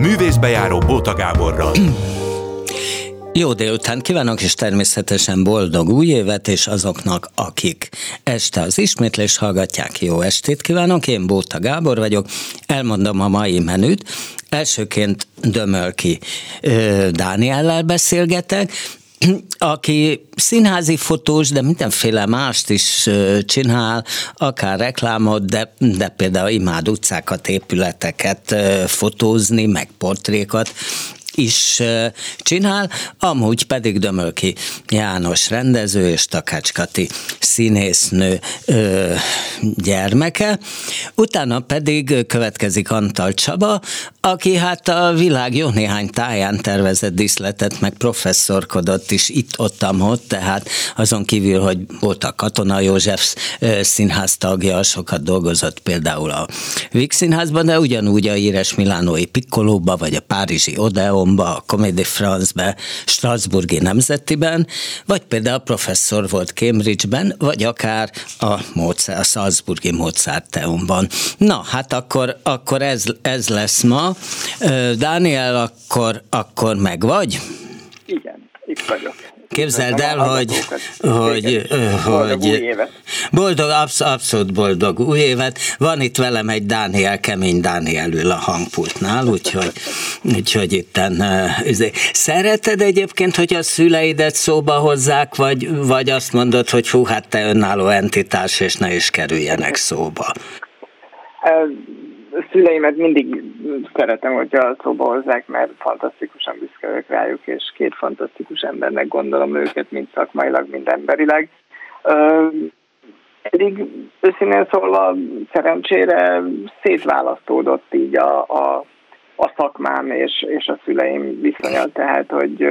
Művészbejáró Bóta Gáborral. Jó délután kívánok, és természetesen boldog új évet, és azoknak, akik este az ismétlést hallgatják, jó estét kívánok. Én Bóta Gábor vagyok, elmondom a mai menüt. Elsőként Dömölki Dániellel beszélgetek, aki színházi fotós, de mindenféle mást is csinál, akár reklámot, de például imád utcákat, épületeket fotózni, meg portrékat is csinál, amúgy pedig Dömölki János rendező és Takács Kati színésznő gyermeke. Utána pedig következik Antal Csaba, aki hát a világ jó néhány táján tervezett díszletet, meg professzorkodott is itt-ott, tehát azon kívül, hogy volt a Katona József színház tagja, sokat dolgozott például a Víg Színházban, de ugyanúgy a híres milánói Piccolóba, vagy a párizsi Odeonba, a Comédie France-be, Strasbourgi Nemzetiben, vagy például professzor volt Cambridge-ben, vagy akár a Salzburgi Mozarteumban. Na, hát akkor ez lesz ma. Dániel, akkor meg vagy? Igen, itt vagyok. Képzeld el, hogy boldog, abszolút boldog új évet. Van itt velem egy Dániel, kemény Dániel ül a hangpultnál, úgyhogy itten szereted egyébként, hogy a szüleidet szóba hozzák, vagy azt mondod, hogy hú, hát te önálló entitás, és ne is kerüljenek szóba? Szüleimet mindig szeretem, hogyha szóba hozzák, mert fantasztikusan büszke vagyok rájuk, és két fantasztikus embernek gondolom őket, mind szakmailag, mind emberileg. Pedig őszintén szólva szerencsére szétválasztódott így a szakmám és a szüleim viszonya, tehát hogy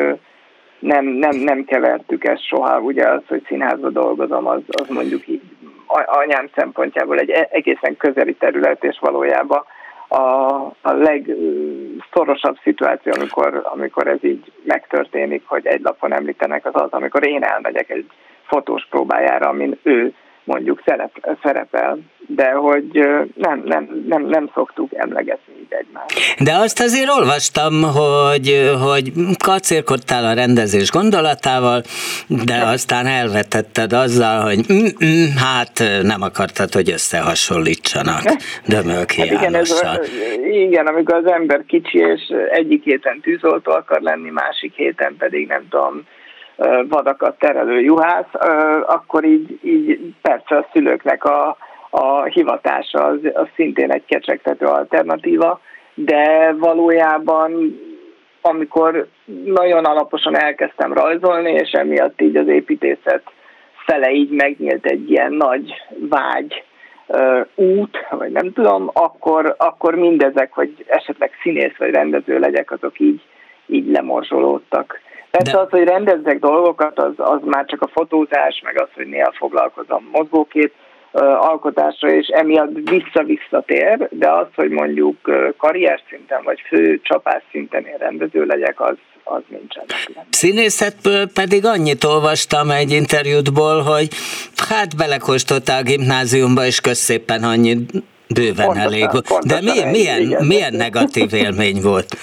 nem kevertük ezt soha, ugye az, hogy színházba dolgozom, az mondjuk így anyám szempontjából egy egészen közeli terület, és valójában a legszorosabb szituáció, amikor ez így megtörténik, hogy egy lapon említenek, az, amikor én elmegyek egy fotós próbájára, amin ő mondjuk szerepel, de hogy nem szoktuk emlegetni így egymást. De azt azért olvastam, hogy kacérkodtál a rendezés gondolatával, de aztán elvetetted azzal, hogy hát nem akartad, hogy összehasonlítsanak Dömölki Jánossal. Igen, amikor az ember kicsi, és egyik héten tűzoltó akar lenni, másik héten pedig nem tudom, vadakat terelő juhász, akkor így persze a szülőknek a hivatása az szintén egy kecsegtető alternatíva, de valójában amikor nagyon alaposan elkezdtem rajzolni, és emiatt így az építészet fele így megnyílt egy ilyen nagy vágy út, vagy nem tudom, akkor mindezek, hogy esetleg színész vagy rendező legyek, azok így lemorzsolódtak. Persze az, hogy rendezzek dolgokat, az már csak a fotózás, meg az, hogy néha foglalkozom mozgókép alkotásra, és emiatt visszatér, de az, hogy mondjuk karrier szinten, vagy fő csapás szinten én rendező legyek, az nincsen. Színészetből pedig annyit olvastam egy interjútból, hogy hát belekóstoltál a gimnáziumba, és közszépen annyi bőven pontosan, elég volt. De milyen negatív élmény volt?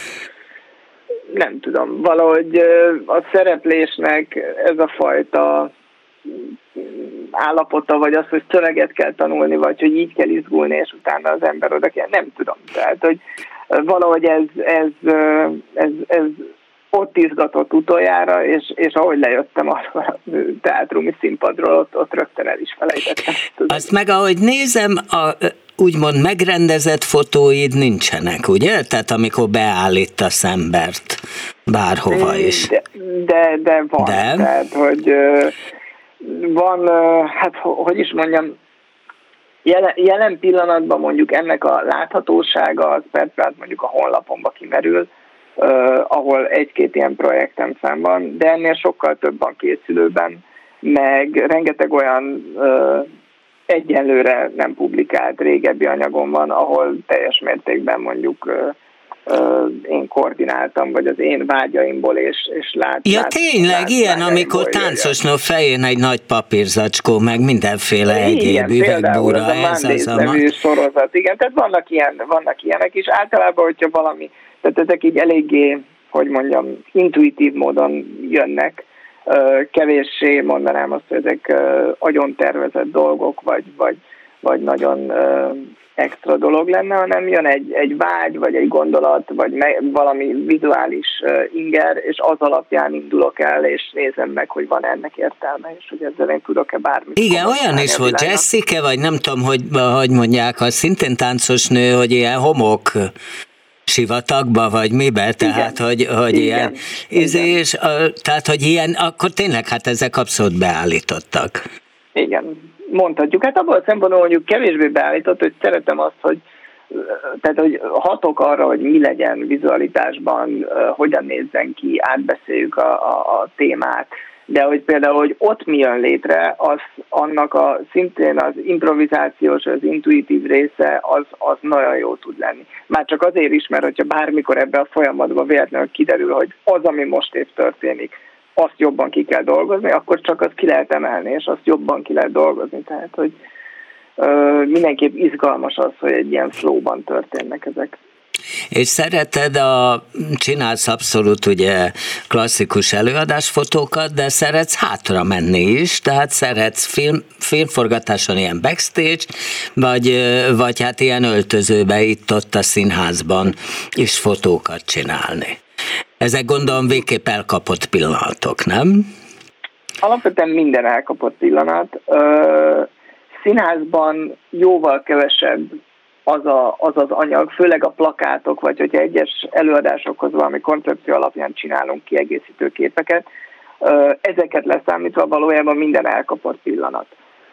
Nem tudom, valahogy a szereplésnek ez a fajta állapota, vagy az, hogy szöveget kell tanulni, vagy hogy így kell izgulni, és utána az ember oda kell, nem tudom. Tehát, hogy valahogy ez ott izgatott utoljára, és ahogy lejöttem a teátrumi színpadról, ott rögtön el is felejtettem. Azt meg ahogy nézem, úgymond megrendezett fotóid nincsenek, ugye? Tehát amikor beállítasz embert bárhova is. De van. Tehát, hogy van, hát hogy is mondjam, jelen pillanatban mondjuk ennek a láthatósága, az persze mondjuk a honlapomba kimerül, ahol egy-két ilyen projektem fenn van, de ennél sokkal több van készülőben, meg rengeteg olyan egyenlőre nem publikált régebbi anyagom van, ahol teljes mértékben mondjuk én koordináltam, vagy az én vágyaimból, és tényleg ilyen, amikor táncosnó fején egy nagy papírzacskó, meg mindenféle egyéb üvegbúra. Ez az a nevű sorozat. Igen, tehát vannak ilyenek is. Általában, hogyha valami Tehát ezek így eléggé, hogy mondjam, intuitív módon jönnek. Kevéssé mondanám azt, hogy ezek agyon tervezett dolgok, vagy nagyon extra dolog lenne, hanem jön egy vágy, vagy egy gondolat, vagy valami vizuális inger, és az alapján indulok el, és nézem meg, hogy van ennek értelme, és hogy ezzel én tudok-e bármit. Igen, olyan is volt Jessica, vagy nem tudom, hogy mondják, az szintén táncos nő, hogy ilyen homok sivatagba, vagy mibe, tehát, igen, hogy igen, ilyen, tehát, hogy ilyen, akkor tényleg hát ezek abszolút beállítottak. Igen, mondhatjuk. Hát abban a szempontból mondjuk kevésbé beállított, hogy szeretem azt, hogy hatok arra, hogy mi legyen vizualitásban, hogyan nézzen ki, átbeszéljük a témát, de hogy például, hogy ott mi jön létre, annak szintén az improvizációs, az intuitív része, az nagyon jó tud lenni. Már csak azért is, mert hogyha bármikor ebbe a folyamatban véletlenül kiderül, hogy az, ami most épp történik, azt jobban ki kell dolgozni, akkor csak azt ki lehet emelni, és azt jobban ki lehet dolgozni. Tehát, hogy mindenképp izgalmas az, hogy egy ilyen flow-ban történnek ezek. És csinálsz abszolút ugye klasszikus előadásfotókat, de szeretsz hátra menni is, tehát szeretsz filmforgatáson ilyen backstage, vagy hát ilyen öltözőbe itt-ott a színházban is fotókat csinálni. Ezek gondolom végképp elkapott pillanatok, nem? Alapvetően minden elkapott pillanat. Színházban jóval kevesebb az anyag, főleg a plakátok, vagy hogyha egyes előadásokhoz valami koncepció alapján csinálunk kiegészítő képeket, ezeket leszámítva valójában minden elkapott pillanat.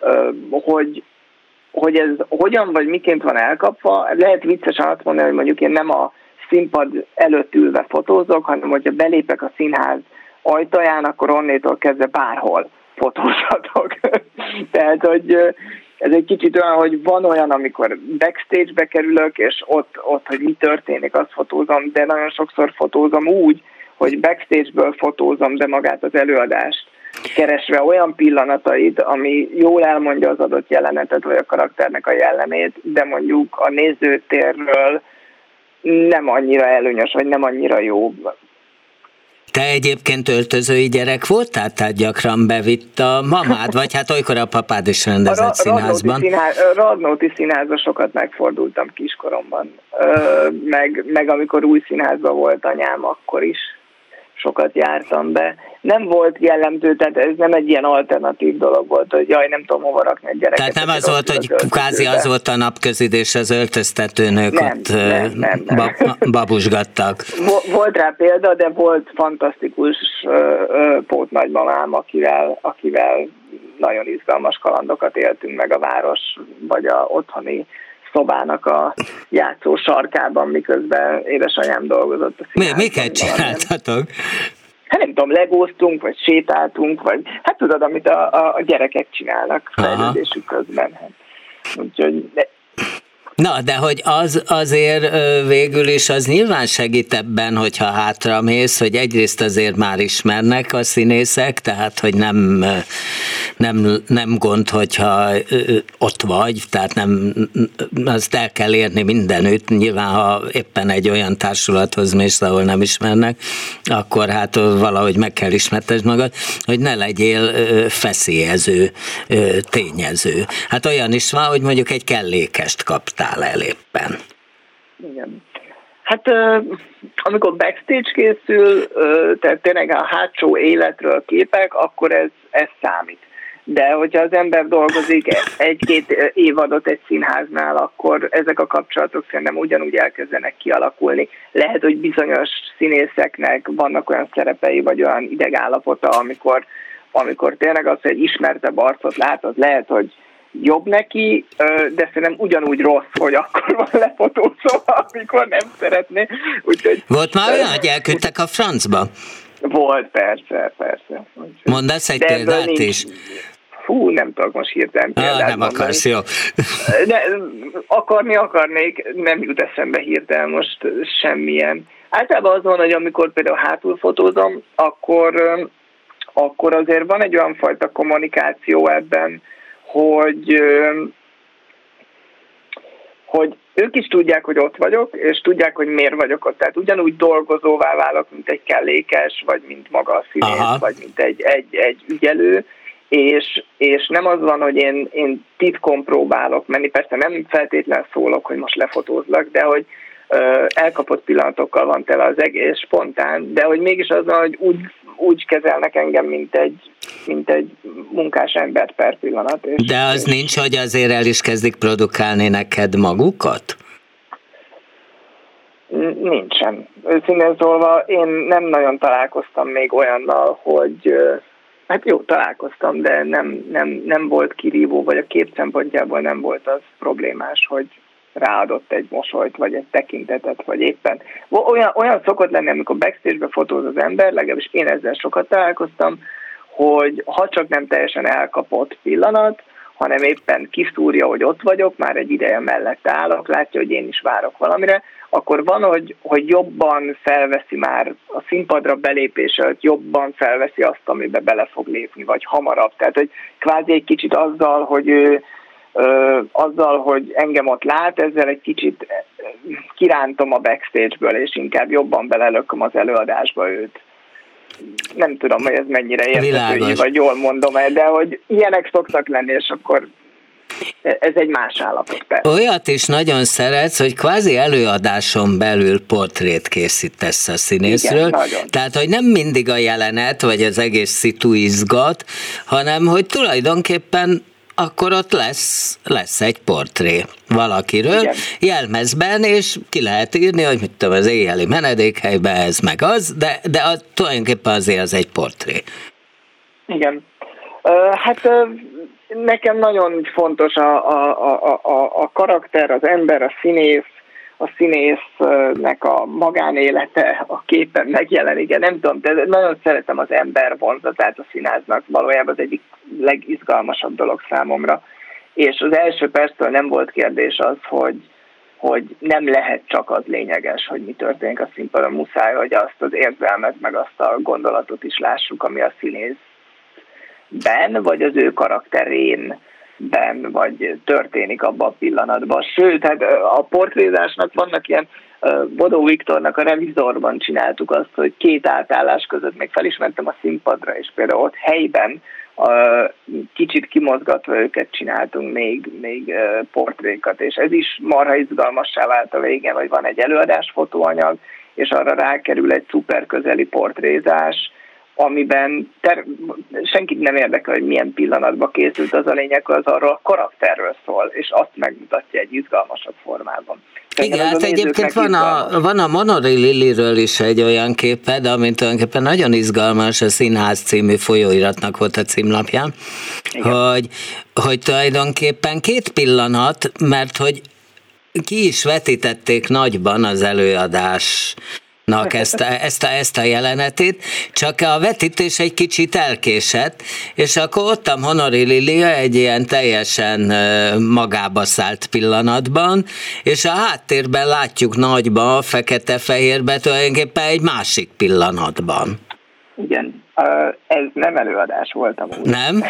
Hogy ez hogyan vagy miként van elkapva, lehet viccesen azt mondani, hogy mondjuk én nem a színpad előtt ülve fotózok, hanem hogyha belépek a színház ajtaján, akkor onnétól kezdve bárhol fotózhatok. Tehát, hogy ez egy kicsit olyan, hogy van olyan, amikor backstage-be kerülök, és ott, hogy mi történik, azt fotózom, de nagyon sokszor fotózom úgy, hogy backstage-ből fotózom, de magát az előadást, keresve olyan pillanatait, ami jól elmondja az adott jelenetet, vagy a karakternek a jellemét, de mondjuk a nézőtérről nem annyira előnyös, vagy nem annyira jó. Te egyébként öltözői gyerek voltál? Tehát gyakran bevitt a mamád, vagy hát olykor a papád is rendezett színházban? Radnóti színházba sokat megfordultam kiskoromban. Meg amikor új színházban volt anyám, akkor is sokat jártam be. Nem volt jellemző, tehát ez nem egy ilyen alternatív dolog volt, hogy jaj, nem tudom hova rakni egy gyereket. Tehát nem az volt, hogy kvázi az volt a napközid, és az öltöztetőnők ott babusgattak. Volt rá példa, de volt fantasztikus pótnagymamám, akivel nagyon izgalmas kalandokat éltünk meg a város, vagy a otthoni szobának a játszó sarkában, miközben édesanyám dolgozott a színházban. Miket csináltatok? Hát nem tudom, legóztunk, vagy sétáltunk, vagy hát tudod, amit a gyerekek csinálnak fejlődésük közben. Úgyhogy... Na, de hogy az azért végül is az nyilván segít ebben, hogyha hátramész, hogy egyrészt azért már ismernek a színészek, tehát hogy nem gond, hogyha ott vagy, tehát nem, azt el kell érni mindenütt. Nyilván, ha éppen egy olyan társulathoz mész, ahol nem ismernek, akkor hát valahogy meg kell ismertesd magad, hogy ne legyél feszélyező tényező. Hát olyan is van, hogy mondjuk egy kellékest kaptál el éppen. Igen. Hát amikor backstage készül, tehát tényleg a hátsó életről képek, akkor ez számít. De hogyha az ember dolgozik egy-két évadot egy színháznál, akkor ezek a kapcsolatok szerintem ugyanúgy elkezdenek kialakulni. Lehet, hogy bizonyos színészeknek vannak olyan szerepei, vagy olyan idegállapota, amikor tényleg az, hogy egy ismertebb arcot lát, az lehet, hogy jobb neki, de szerintem ugyanúgy rossz, hogy akkor van lefotózva, amikor nem szeretné. Úgyhogy, volt már olyan, hogy elküldtek a francba? Volt, persze. Mondasz egy példát is? Fú, nem tudok most hirtelen példát nem akarsz, jó. De akarnék, nem jut eszembe hirtelen most semmilyen. Általában az van, hogy amikor például hátul fotózom, akkor azért van egy olyan fajta kommunikáció ebben, hogy ők is tudják, hogy ott vagyok, és tudják, hogy miért vagyok ott. Tehát ugyanúgy dolgozóvá válok, mint egy kellékes, vagy mint maga a színész, vagy mint egy ügyelő, és nem az van, hogy én titkon próbálok menni, persze nem feltétlenül szólok, hogy most lefotózlak, de hogy elkapott pillanatokkal van tele az egész, spontán, de hogy mégis az van, hogy úgy kezelnek engem, mint egy munkás embert per pillanat. De az nincs, hogy azért el is kezdik produkálni neked magukat? Nincsen. Őszintén szólva, én nem nagyon találkoztam még olyannal, hogy hát jó, találkoztam, de nem volt kirívó, vagy a kép szempontjából nem volt az problémás, hogy ráadott egy mosolyt, vagy egy tekintetet, vagy éppen. Olyan szokott lenni, amikor backstage-be fotóz az ember, legalábbis én ezzel sokat találkoztam, hogy ha csak nem teljesen elkapott pillanat, hanem éppen kiszúrja, hogy ott vagyok, már egy ideje mellett állok, látja, hogy én is várok valamire, akkor van, hogy jobban felveszi már a színpadra belépés előtt, jobban felveszi azt, amiben bele fog lépni, vagy hamarabb. Tehát, hogy kvázi egy kicsit azzal, hogy engem ott lát, ezzel egy kicsit kirántom a backstage-ből, és inkább jobban belelököm az előadásba őt. Nem tudom, hogy ez mennyire érthető, vagy jól mondom el, de hogy ilyenek szoktak lenni, és akkor ez egy más állapot. Persze. Olyat is nagyon szeretsz, hogy kvázi előadáson belül portrét készítesz a színészről. Igen, nagyon. Tehát, hogy nem mindig a jelenet, vagy az egész szitu izgat, hanem, hogy tulajdonképpen akkor ott lesz egy portré valakiről, igen, jelmezben, és ki lehet írni, hogy mit tudom, az éjjeli menedékhelyben ez meg az, de tulajdonképpen azért az egy portré. Igen. Hát nekem nagyon fontos a karakter, az ember, a színésznek a magánélete a képen megjelenik. Nem tudom, de nagyon szeretem az ember vonzatát a színháznak, valójában az egyik legizgalmasabb dolog számomra. És az első perctől nem volt kérdés az, hogy nem lehet csak az lényeges, hogy mi történik a színpadon, muszáj, hogy azt az érzelmet, meg azt a gondolatot is lássuk, ami a színészben, vagy az ő karakterén vagy történik abban a pillanatban. Sőt, hát a portrézásnak vannak ilyen, Bodó Viktornak a Revizorban csináltuk azt, hogy 2 átállás között még fel is mentem a színpadra, és például ott helyben kicsit kimozgatva őket csináltunk még portrékat, és ez is marha izgalmassá vált a végén, hogy van egy előadás fotóanyag, és arra rákerül egy szuper közeli portrézás, amiben senkit nem érdekel, hogy milyen pillanatban készült, az a lényeg, az arról a karakterről szól, és azt megmutatja egy izgalmasabb formában. Igen, hát egyébként van a Monori Liliről is egy olyan képed, ami tulajdonképpen nagyon izgalmas, a Színház című folyóiratnak volt a címlapján, hogy tulajdonképpen 2 pillanat, mert hogy ki is vetítették nagyban az előadás ezt a jelenetét, csak a vetítés egy kicsit elkésett, és akkor ott a Monori Lilia egy ilyen teljesen magába szállt pillanatban, és a háttérben látjuk nagyba, fekete-fehérbe tulajdonképpen egy másik pillanatban. Igen, ez nem előadás volt amúgy. Nem?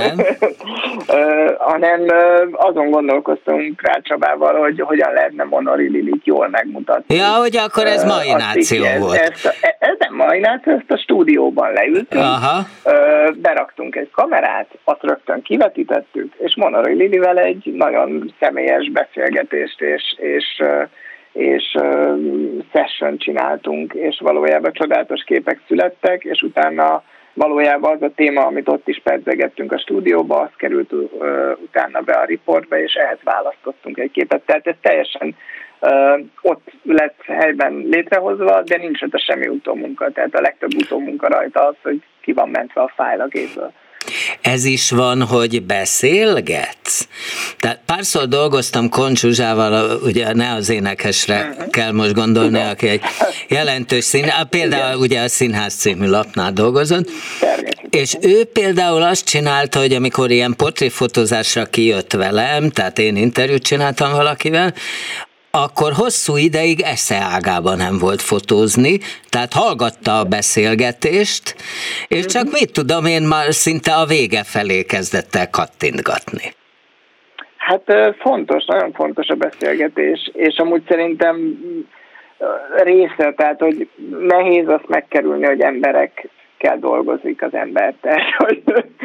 hanem azon gondolkoztunk Rá Csabával, hogy hogyan lehetne Monori Lilit jól megmutatni. Ja, hogy akkor ez maináció volt. Ez nem maináció, ezt a stúdióban leültünk, beraktunk egy kamerát, azt rögtön kivetítettük, és Monori Lilivel egy nagyon személyes beszélgetést és session csináltunk, és valójában csodálatos képek születtek, és utána valójában az a téma, amit ott is pedzegettünk a stúdióba, az került utána be a riportba, és ehhez választottunk egy képet. Tehát ez teljesen ott lett helyben létrehozva, de nincs ott semmi utómunka. Tehát a legtöbb utómunka rajta az, hogy ki van mentve a fájl a gépből. Ez is van, hogy beszélgetsz? Tehát párszor dolgoztam Koncz Zsuzsával, ugye ne az énekesre kell most gondolni, aki egy jelentős színház, például ugye a Színház című lapnál dolgozott, és ő például azt csinálta, hogy amikor ilyen portréfotózásra kijött velem, tehát én interjút csináltam valakivel, akkor hosszú ideig eszeágában nem volt fotózni, tehát hallgatta a beszélgetést, és csak mit tudom, én már szinte a vége felé kezdett el kattintgatni. Hát fontos, nagyon fontos a beszélgetés, és amúgy szerintem része, tehát hogy nehéz azt megkerülni, hogy emberekkel dolgozik az ember. Tehát, hogy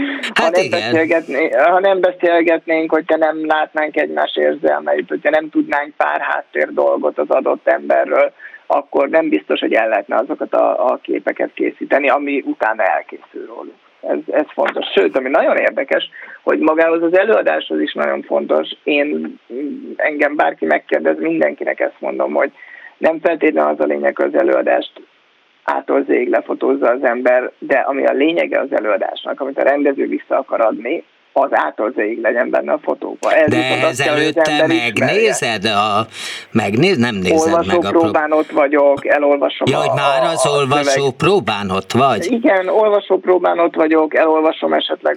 ha nem beszélgetnénk, hogyha nem látnánk egymás érzelmeit, hogyha nem tudnánk pár háttér dolgot az adott emberről, akkor nem biztos, hogy el lehetne azokat a képeket készíteni, ami utána elkészül róluk. Ez fontos. Sőt, ami nagyon érdekes, hogy magához az előadáshoz is nagyon fontos. Engem bárki megkérdez, mindenkinek ezt mondom, hogy nem feltétlenül az a lényeg, hogy az előadást ától zéig lefotózza az ember, de ami a lényege az előadásnak, amit a rendező vissza akar adni, az ától zéig legyen benne a fotóban. De ezelőtte megnézed? Nem nézed meg a próbán ott vagyok, elolvasom hogy már az olvasó próbán ott vagy? Igen, olvasó próbán ott vagyok, elolvasom eseleg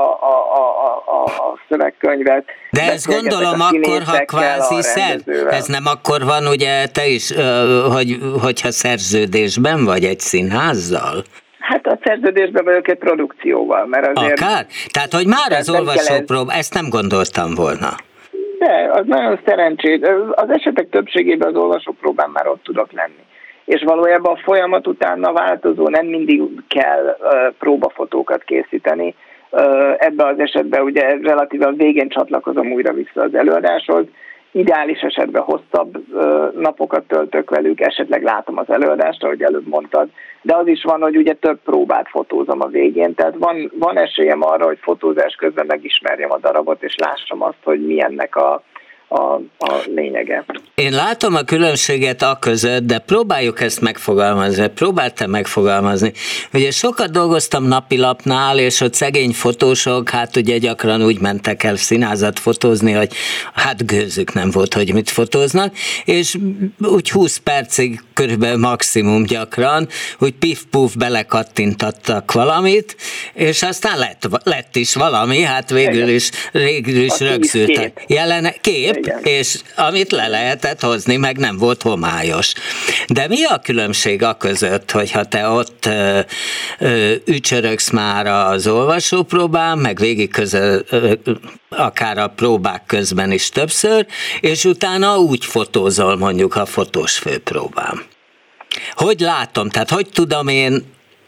a szövegkönyvet. De ezt gondolom akkor, ha kvázi ez nem akkor van, ugye te is, hogyha szerződésben vagy egy színházzal? Hát a szerződésben vagyok egy produkcióval, mert azért... Akár? Tehát, hogy már az olvasópróba, ezt nem gondoltam volna. De, az nagyon szerencsés. Az esetek többségében az olvasópróbán már ott tudok lenni. És valójában a folyamat utána változó, nem mindig kell próbafotókat készíteni. Ebben az esetben ugye relatíve a végén csatlakozom újra vissza az előadáshoz. Ideális esetben hosszabb napokat töltök velük, esetleg látom az előadást, ahogy előbb mondtad, de az is van, hogy ugye több próbát fotózom a végén, tehát van esélyem arra, hogy fotózás közben megismerjem a darabot, és lássam azt, hogy mi ennek a lényege. Én látom a különbséget között, de próbáljuk ezt megfogalmazni, próbáltam megfogalmazni. Ugye sokat dolgoztam napilapnál, és ott szegény fotósok, hát ugye gyakran úgy mentek el színházat fotózni, hogy hát gőzük nem volt, hogy mit fotóznak, és úgy 20 percig körülbelül maximum gyakran, úgy pif-puf belekattintattak valamit, és aztán lett is valami, hát végül is rögzültek. Kép, igen. És amit le lehetett hozni, meg nem volt homályos. De mi a különbség között, hogyha te ott ücsörögsz már az olvasópróbán, meg végig akár a próbák közben is többször, és utána úgy fotózol mondjuk a fotós főpróbán. Hogy látom, tehát hogy tudom én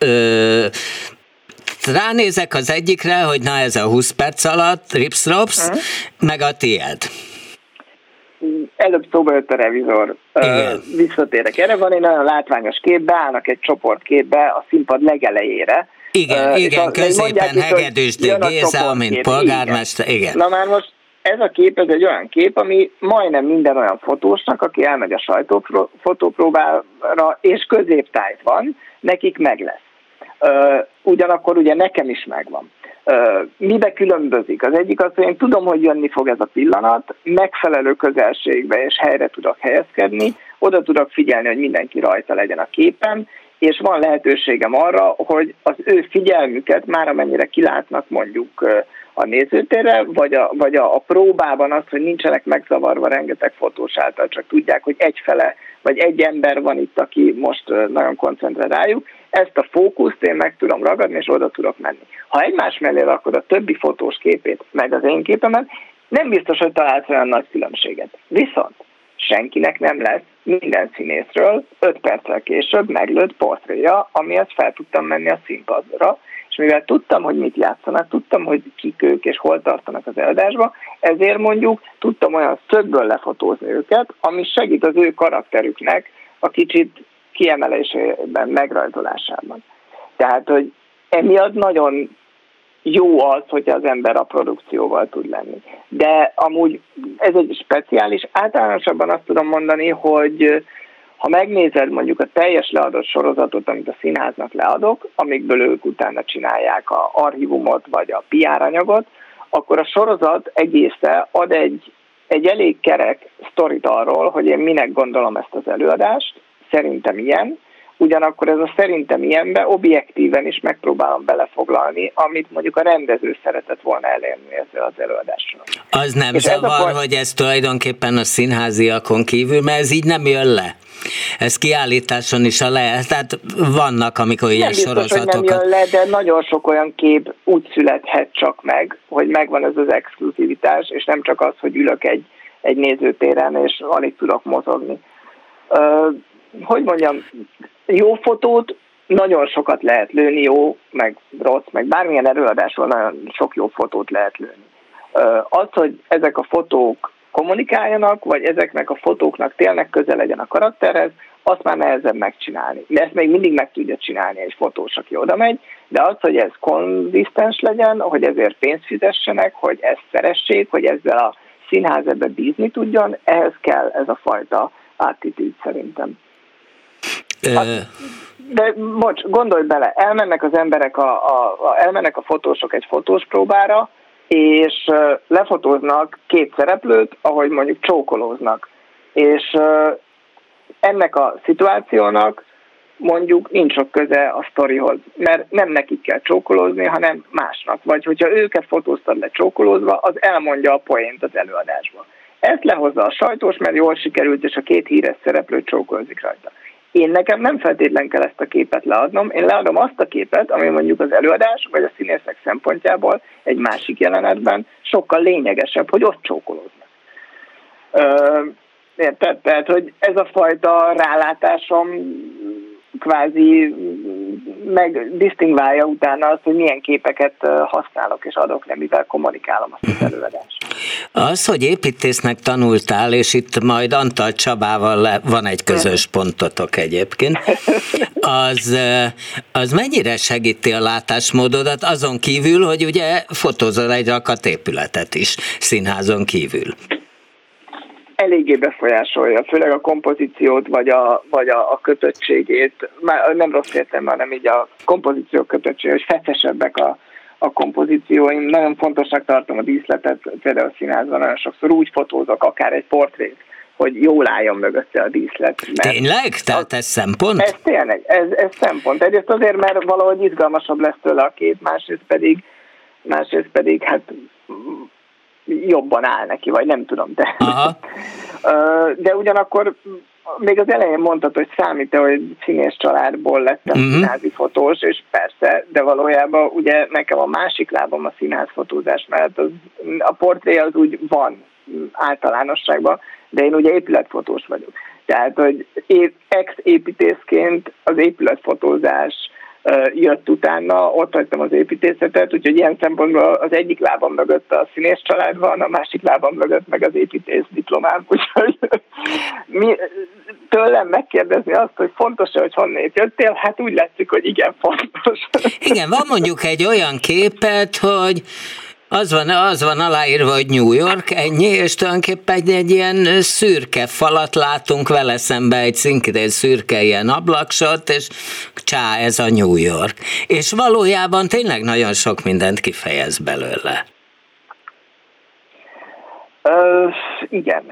ránézek az egyikre, hogy na ez a 20 perc alatt, rips-rops, meg a tiéd. Előbb szóba jött a revizor. Visszatérek. Erre van egy nagyon látványos kép, beállnak egy csoportképbe a színpad legelejére. Igen, középen Hegedűs Géza, mint polgármester. Igen. Na már most ez a kép, ez egy olyan kép, ami majdnem minden olyan fotósnak, aki elmegy a sajtófotópróbára, és középtájt van, nekik meg lesz. Ugyanakkor ugye nekem is megvan. Mibe különbözik? Az egyik az, hogy én tudom, hogy jönni fog ez a pillanat, megfelelő közelségbe és helyre tudok helyezkedni, oda tudok figyelni, hogy mindenki rajta legyen a képen, és van lehetőségem arra, hogy az ő figyelmüket már amennyire kilátnak mondjuk a nézőtérre, vagy a próbában az, hogy nincsenek megzavarva rengeteg fotós által, csak tudják, hogy egyfele, vagy egy ember van itt, aki most nagyon koncentrál rájuk, ezt a fókuszt én meg tudom ragadni, és oda tudok menni. Ha egymás mellé rakod a többi fotós képét, meg az én képemet, nem biztos, hogy találsz olyan nagy különbséget. Viszont senkinek nem lesz minden színészről 5 perccel később meglőtt portréja, amihez fel tudtam menni a színpadra, és mivel tudtam, hogy mit játszanak, tudtam, hogy kik ők és hol tartanak az előadásba, ezért mondjuk tudtam olyan szögből lefotózni őket, ami segít az ő karakterüknek a kicsit kiemelésében, megrajzolásában. Tehát, hogy emiatt nagyon jó az, hogyha az ember a produkcióval tud lenni. De amúgy ez egy speciális, általánosabban azt tudom mondani, hogy ha megnézed mondjuk a teljes leadott sorozatot, amit a színháznak leadok, amikből ők utána csinálják az archívumot vagy a PR anyagot, akkor a sorozat egésze ad egy elég kerek sztorit arról, hogy én minek gondolom ezt az előadást, szerintem ilyen, ugyanakkor ez a szerintem ilyenbe objektíven is megpróbálom belefoglalni, amit mondjuk a rendező szeretett volna elérni ezzel az előadással. Az nem zavar, hogy ez tulajdonképpen a színháziakon kívül, mert ez így nem jön le. Ez kiállításon is lehet, tehát vannak, amikor ilyen sorozatokat... Nem jön le, de nagyon sok olyan kép úgy születhet csak meg, hogy megvan ez az exkluzivitás, és nem csak az, hogy ülök egy nézőtéren, és alig tudok mozogni. Hogy mondjam, jó fotót nagyon sokat lehet lőni, jó, meg rossz, meg bármilyen előadásról nagyon sok jó fotót lehet lőni. Az, hogy ezek a fotók kommunikáljanak, vagy ezeknek a fotóknak tényleg közel legyen a karakterhez, azt már nehezebb megcsinálni. De ezt még mindig meg tudja csinálni egy fotós, aki oda megy, de az, hogy ez konzisztens legyen, hogy ezért pénzt fizessenek, hogy ezt szeressék, hogy ezzel a színház ebbe bízni tudjon, ehhez kell ez a fajta attitűd szerintem. De bocs, gondolj bele, elmennek az emberek, elmennek a fotósok egy fotós próbára, és lefotóznak két szereplőt, ahogy mondjuk csókolóznak. És ennek a szituációnak mondjuk nincs sok köze a sztorihoz, mert nem nekik kell csókolózni, hanem másnak. Vagy hogyha őket fotóztad le csókolózva, az elmondja a poént az előadásban. Ezt lehozza a sajtós, mert jól sikerült, és a két híres szereplő csókolózik rajta. Nekem nem feltétlen kell ezt a képet leadnom, én leadom azt a képet, ami mondjuk az előadás, vagy a színészek szempontjából egy másik jelenetben sokkal lényegesebb, hogy ott csókolóznak. Érted? Tehát, hogy ez a fajta rálátásom kvázi megdisztingválja utána azt, hogy milyen képeket használok és adok le, mivel kommunikálom azt az előadást. Az, hogy építésznek tanultál, és itt majd Antal Csabával van egy közös pontotok egyébként, az mennyire segíti a látásmódodat, azon kívül, hogy ugye fotózol egy rakat épületet is, színházon kívül? Eléggé befolyásolja, főleg a kompozíciót, vagy a kötöttségét, már nem rossz értelemben, hanem így a kompozíció kötöttsége, hogy feszesebbek a kompozícióim. Nagyon fontosnak tartom a díszletet, például a színházban nagyon sokszor úgy fotózok, akár egy portrét, hogy jól álljon mögötte a díszlet. Tényleg? Tehát ez szempont? Ez tényleg, ez szempont. Egyrészt azért, mert valahogy izgalmasabb lesz tőle a kép, másrészt pedig hát jobban áll neki, vagy nem tudom, de ugyanakkor még az elején mondtad, hogy számít, hogy színész családból lettem színházi fotós, és persze, de valójában ugye nekem a másik lábam a színházfotózás, mert a portré az úgy van általánosságban, de én ugye épületfotós vagyok. Tehát, hogy ex-építészként az épületfotózás jött utána, ott hagytam az építészetet, úgyhogy ilyen szempontból az egyik lábam mögött a színész család van, a másik lábam mögött meg az építész diplomám, úgyhogy tőlem megkérdezni azt, hogy fontos-e, hogy honnét jöttél, hát úgy látszik, hogy igen, fontos. Igen, van mondjuk egy olyan képet, hogy az van aláírva, hogy New York, ennyi, és tulajdonképpen egy ilyen szürke falat látunk vele szembe, egy szintén szürke ilyen ablaksot, és csá, ez a New York. És valójában tényleg nagyon sok mindent kifejez belőle. Igen.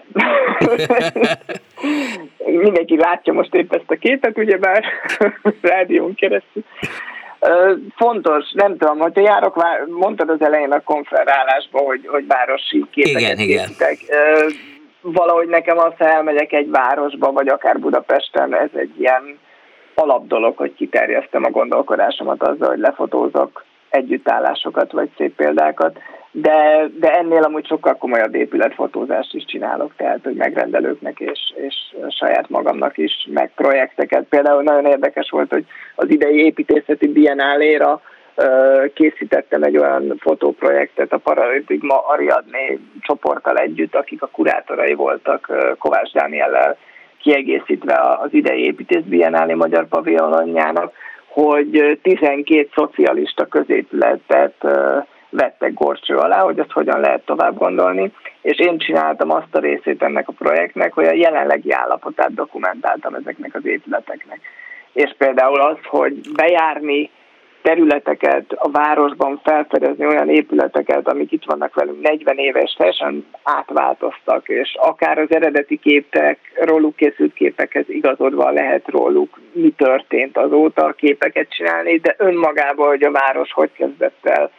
Mindenki látja most épp ezt a képet, ugyebár rádión keresztül. Fontos, nem tudom, hogyha járok, mondtad az elején a konferálásban, hogy városi képeket készítek. Valahogy nekem az, ha elmegyek egy városba, vagy akár Budapesten, ez egy ilyen alapdolog, hogy kiterjesztem a gondolkodásomat azzal, hogy lefotózok együttállásokat, vagy szép példákat, de ennél amúgy sokkal komolyabb épületfotózást is csinálok, tehát, hogy megrendelőknek és saját magamnak is, meg projekteket. Például nagyon érdekes volt, hogy az idei építészeti biennáléra készítettem egy olyan fotóprojektet a Paradigma Ariadné csoporttal együtt, akik a kurátorai voltak, Kovács Dániellel kiegészítve az idei építészbiennálé magyar pavilonjának, hogy 12 szocialista középületet vettek górcső alá, hogy azt hogyan lehet tovább gondolni, és én csináltam azt a részét ennek a projektnek, hogy a jelenlegi állapotát dokumentáltam ezeknek az épületeknek. És például az, hogy bejárni területeket a városban felfedezni, olyan épületeket, amik itt vannak velünk 40 éves, teljesen átváltoztak, és akár az eredeti képek, róluk készült képekhez igazodva lehet róluk, mi történt azóta, képeket csinálni, de önmagában, hogy a város hogy kezdett el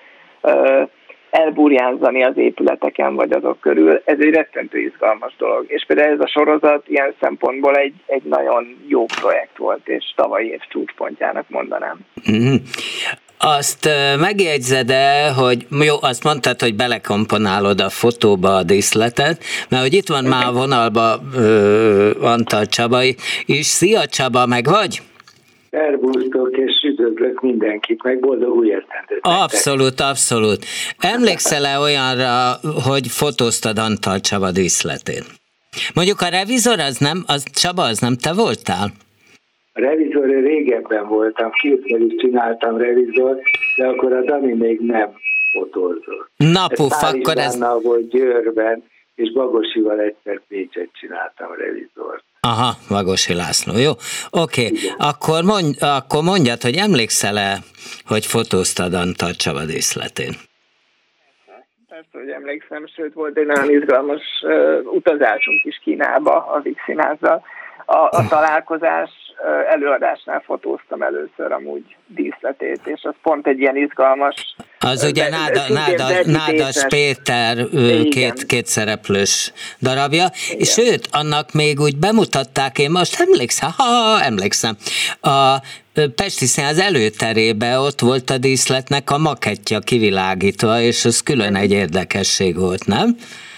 elburjánzani az épületeken, vagy azok körül, ez egy rettentő izgalmas dolog. És például ez a sorozat ilyen szempontból egy nagyon jó projekt volt, és tavalyi év csúcspontjának mondanám. Mm. Azt megjegyzed-e, hogy jó, azt mondtad, hogy belekomponálod a fotóba a díszletet, mert hogy itt van már a vonalba Antal Csaba is. Szia Csaba, meg vagy? Szervusztok, és üdvözlök mindenkit, meg boldog új esztendőt. Abszolút, abszolút. Emlékszel-e olyanra, hogy fotóztad Antal Csaba díszletén? Mondjuk a revizor Csaba, az nem te voltál? A revizor régebben voltam, kétszer is csináltam revizort, de akkor a Dani még nem fotózott. Na puf, akkor ez... volt Győrben, és Bagosival egyszer Pécset csináltam revizort. Aha, Vagosi László, jó. Oké. Akkor mondjad, hogy emlékszel-e, hogy fotóztad Antal Csaba díszletén? Persze, hogy emlékszem, sőt volt egy nagyon izgalmas utazásunk is Kínába a Víg Színházzal. A találkozás előadásnál fotóztam először amúgy díszletét, és az pont egy ilyen izgalmas... Az ugye Nádas Péter két szereplős darabja, igen. És sőt, annak még úgy bemutatták, én most emlékszem, a Pesti Színház előterébe ott volt a díszletnek a makettja kivilágítva, és az külön egy érdekesség volt, nem?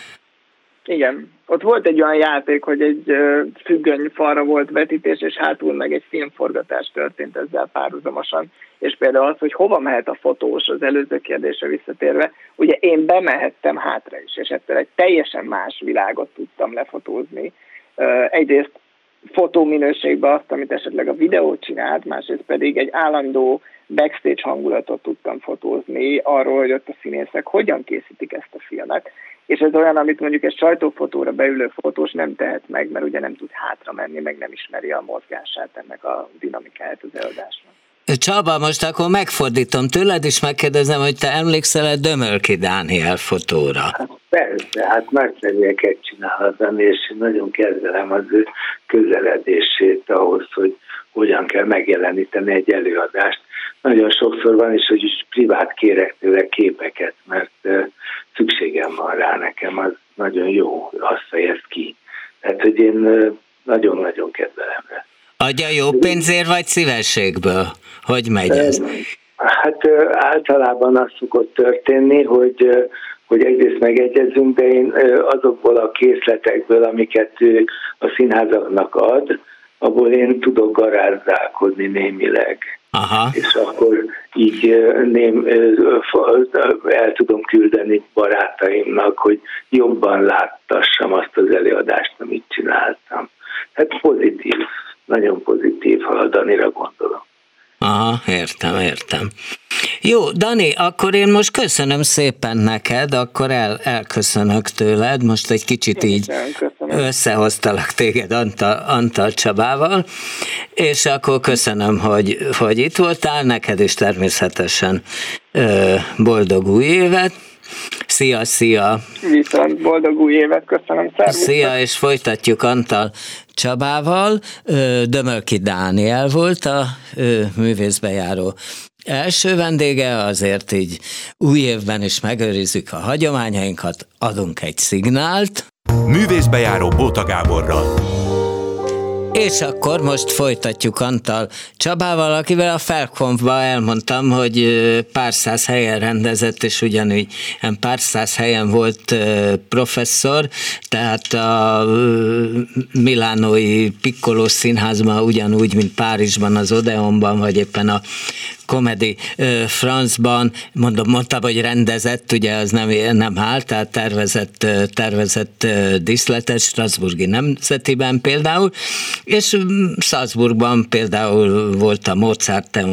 Igen. Ott volt egy olyan játék, hogy egy függönyfalra volt vetítés, és hátul meg egy filmforgatás történt ezzel párhuzamosan. És például az, hogy hova mehet a fotós, az előző kérdésre visszatérve, ugye én bemehettem hátra is, és ettől egy teljesen más világot tudtam lefotózni. Egyrészt fotóminőségben azt, amit esetleg a videó csinált, másrészt pedig egy állandó backstage hangulatot tudtam fotózni arról, hogy ott a színészek hogyan készítik ezt a filmet. És ez olyan, amit mondjuk egy sajtófotóra beülő fotós nem tehet meg, mert ugye nem tud hátra menni, meg nem ismeri a mozgását ennek a dinamikáját az előadásnak. Csaba, most akkor megfordítom tőled, és megkérdezem, hogy te emlékszel-e Dömölki Dániel fotóra? Hát persze, hát nagyszerűeket csinál az Dani, és nagyon kedvelem az ő közeledését ahhoz, hogy hogyan kell megjeleníteni egy előadást. Nagyon sokszor van is, hogy is privát kérek tőle képeket, mert szükségem van rá nekem, az nagyon jó, azt fejez ki. Tehát, hogy én nagyon-nagyon kedvelem rá. Adja jó pénzért vagy szívességből? Hogy megy ez? Hát általában az szokott történni, hogy egyrészt megegyezünk, de én azokból a készletekből, amiket ő a színházaknak ad, abból én tudok garázdálkodni némileg. Aha. És akkor így el tudom küldeni barátaimnak, hogy jobban láttassam azt az előadást, amit csináltam. Hát pozitív, nagyon pozitív, ha a Danira gondolom. Aha, értem. Jó, Dani, akkor én most köszönöm szépen neked, akkor elköszönök tőled, most egy kicsit így összehoztalak téged Antal Csabával, és akkor köszönöm, hogy itt voltál, neked is természetesen boldog új évet. Szia! Viszont boldog új évet, köszönöm, szervusztok! Szia, és folytatjuk Antal Csabával. Dömölki Dániel volt a művészbejáró első vendége, azért így új évben is megőrizzük a hagyományainkat, adunk egy szignált. Művészbejáró Bóta Gáborral. És akkor most folytatjuk Antal Csabával, akivel a Felkonfban elmondtam, hogy pár száz helyen rendezett, és ugyanúgy pár száz helyen volt professzor, tehát a milánói Piccolo színházban ugyanúgy, mint Párizsban az Odeonban, vagy éppen a Comedy France-ban, mondtam, hogy rendezett, ugye az nem állt, tehát tervezett díszletet, Strasbourgi Nemzetiben például, és Salzburgban például volt a Mozarteum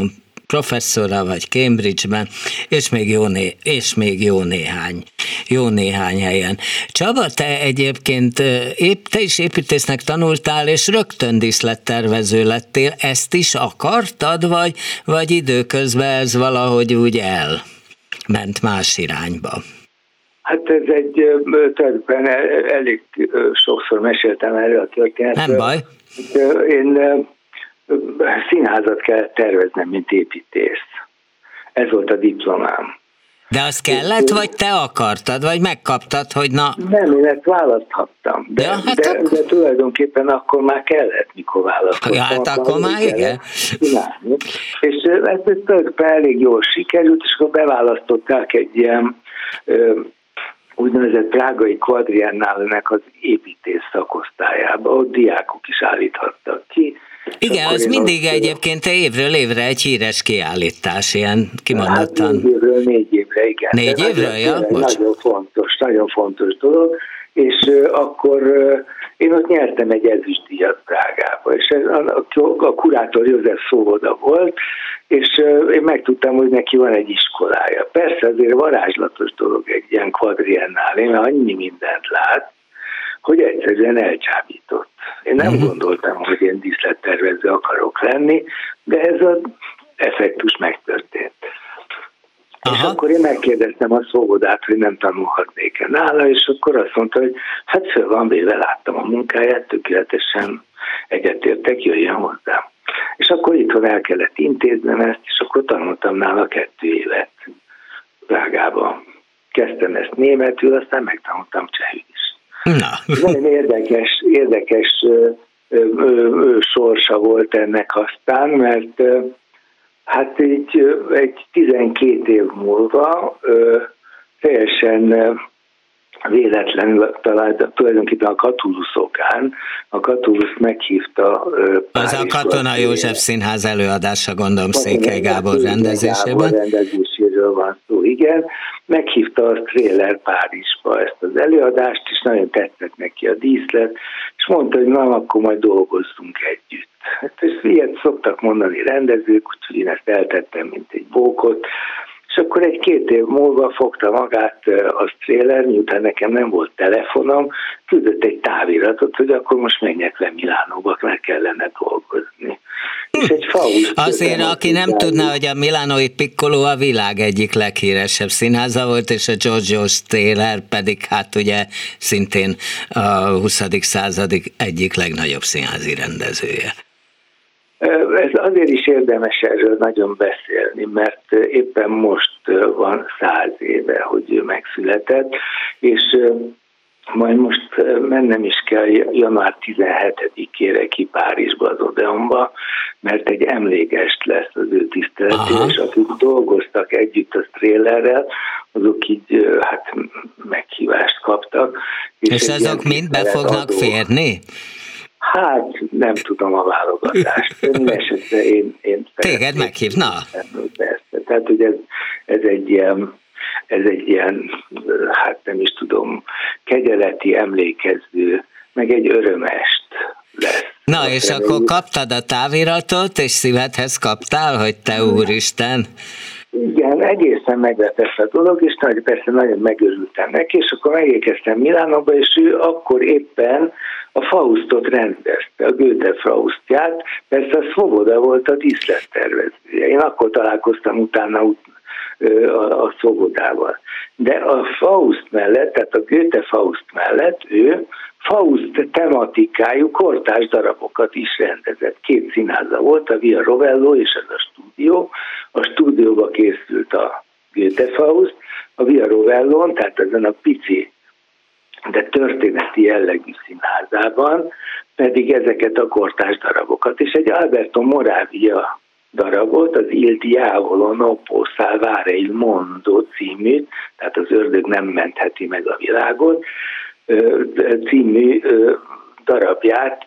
professzora vagy Cambridge-ben, és még jó néhány helyen. Csaba, te egyébként te is építésznek tanultál, és rögtön díszlettervező lettél. Ezt is akartad, vagy időközben ez valahogy úgy elment más irányba? Hát ez tulajdonképpen elég sokszor meséltem erről a történetről. Nem baj. Én színházat kellett terveznem, mint építész. Ez volt a diplomám. De az kellett, vagy te akartad, vagy megkaptad, hogy na... Nem, én ezt választhattam. De tulajdonképpen akkor már kellett, mikor választhattam. Ja, hát akkor már igen. És ez tulajdonképpen elég jól sikerült, és akkor beválasztották egy ilyen úgynevezett prágai Quadriennálnek az építész szakosztályába. Ott diákok is állíthattak ki. Igen, az mindig egyébként évről évre egy híres kiállítás, ilyen kimondottan. Hát 4 évre, igen. 4 évre, ja? Nagyon fontos dolog, és akkor én ott nyertem egy ezüstdíjat Prágába, és a kurátor József Szóvoda volt, és én megtudtam, hogy neki van egy iskolája. Persze azért varázslatos dolog egy ilyen quadriennálé, mert annyi mindent lát, hogy egyszerűen elcsábított. Én nem gondoltam, hogy én díszlettervező akarok lenni, de ez az effektus megtörtént. Aha. És akkor én megkérdeztem a Szóvodát, hogy nem tanulhatnék-e nála, és akkor azt mondta, hogy hát föl van véve, láttam a munkáját, tökéletesen egyetértek, jöjjön hozzám. És akkor itthon el kellett intéznem ezt, és akkor tanultam nála 2 évet Prágában. Kezdtem ezt németül, aztán megtanultam csehül is. Nagyon érdekes sorsa volt ennek aztán, mert hát így egy 12 év múlva teljesen véletlenül talált tulajdonképpen a Catullus okán. A Catullus meghívta az a Katona József Színház előadása, gondolom, Székely Gábor rendezésében. Rendezéséről van szó, igen. Meghívta a Strehler Párizsba ezt az előadást, és nagyon tetszett neki a díszlet, és mondta, hogy na, akkor majd dolgozzunk együtt. Hát és ilyet szoktak mondani rendezők, úgyhogy én ezt eltettem, mint egy bókot, és akkor 1-2 év múlva fogta magát a Strehler, miután nekem nem volt telefonom, küldött egy táviratot, hogy akkor most menjek le Milánóba, mert kellene dolgozni. És egy Faust. Azért, aki nem tudná, hogy a milánói Piccolo a világ egyik leghíresebb színháza volt, és a Giorgio Strehler pedig hát ugye szintén a 20. század egyik legnagyobb színházi rendezője. Ez azért is érdemes erről nagyon beszélni, mert éppen most van 100 éve, hogy ő megszületett, és majd most mennem is kell január 17-ére ki Párizsba az Odeonba, mert egy emlékest lesz az ő tiszteletére, és akik dolgoztak együtt a Strehlerrel, azok így hát meghívást kaptak. És azok mind be fognak férni? Hát nem tudom a válogatást. Esetre én téged meghívna? Persze. Tehát, hogy ez egy ilyen, hát nem is tudom, kegyeleti emlékező, meg egy örömest lesz. Na, és akkor kaptad a táviratot, és szívedhez kaptál, hogy te úristen? Igen, egészen meglepett a dolog, és persze nagyon megörültem neki, és akkor megérkeztem Milánóba, és ő akkor éppen a Faustot rendezte, a Goethe Faustját, persze a Svoboda volt a díszlettervezője. Én akkor találkoztam utána a Szobodával. De a Faust mellett, tehát a Goethe Faust mellett ő Faust tematikájú kortárs darabokat is rendezett. 2 színháza volt, a Via Rovello és ez a stúdió. A stúdióba készült a Goethe Faust, a Via Rovellon, tehát ezen a pici, de történeti jellegű színházában pedig ezeket a kortárs darabokat, és egy Alberto Moravia darabot, az Il Diavolo non può salvare il mondo című, tehát az ördög nem mentheti meg a világot, című darabját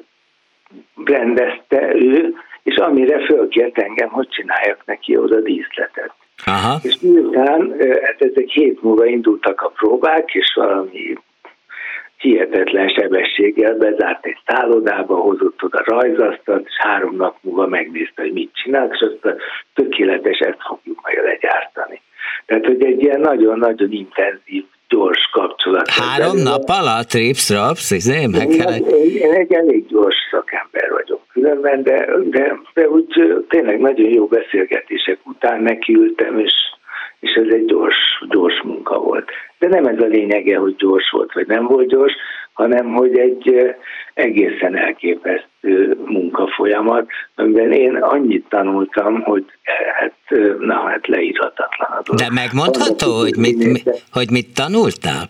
rendezte ő, és amire fölkért engem, hogy csináljak neki oda díszletet. Aha. És miután ezek 7 múlva indultak a próbák, és valami hihetetlen sebességgel bezárt egy szállodába, hozott oda rajzasztalt, és 3 nap múlva megnézte, hogy mit csinál, és azt tökéletes, ezt fogjuk meg legyártani. Tehát, hogy egy ilyen nagyon-nagyon intenzív, gyors kapcsolat. 3 nap alatt rips-raps, Én egy elég gyors szakember vagyok különben, de úgy tényleg nagyon jó beszélgetések után nekiültem, és ez egy gyors munka volt. De nem ez a lényege, hogy gyors volt, vagy nem volt gyors, hanem hogy egy egészen elképesztő munkafolyamat, amiben én annyit tanultam, hogy hát leírhatatlan a dolog. De megmondható, hogy mit tanultál?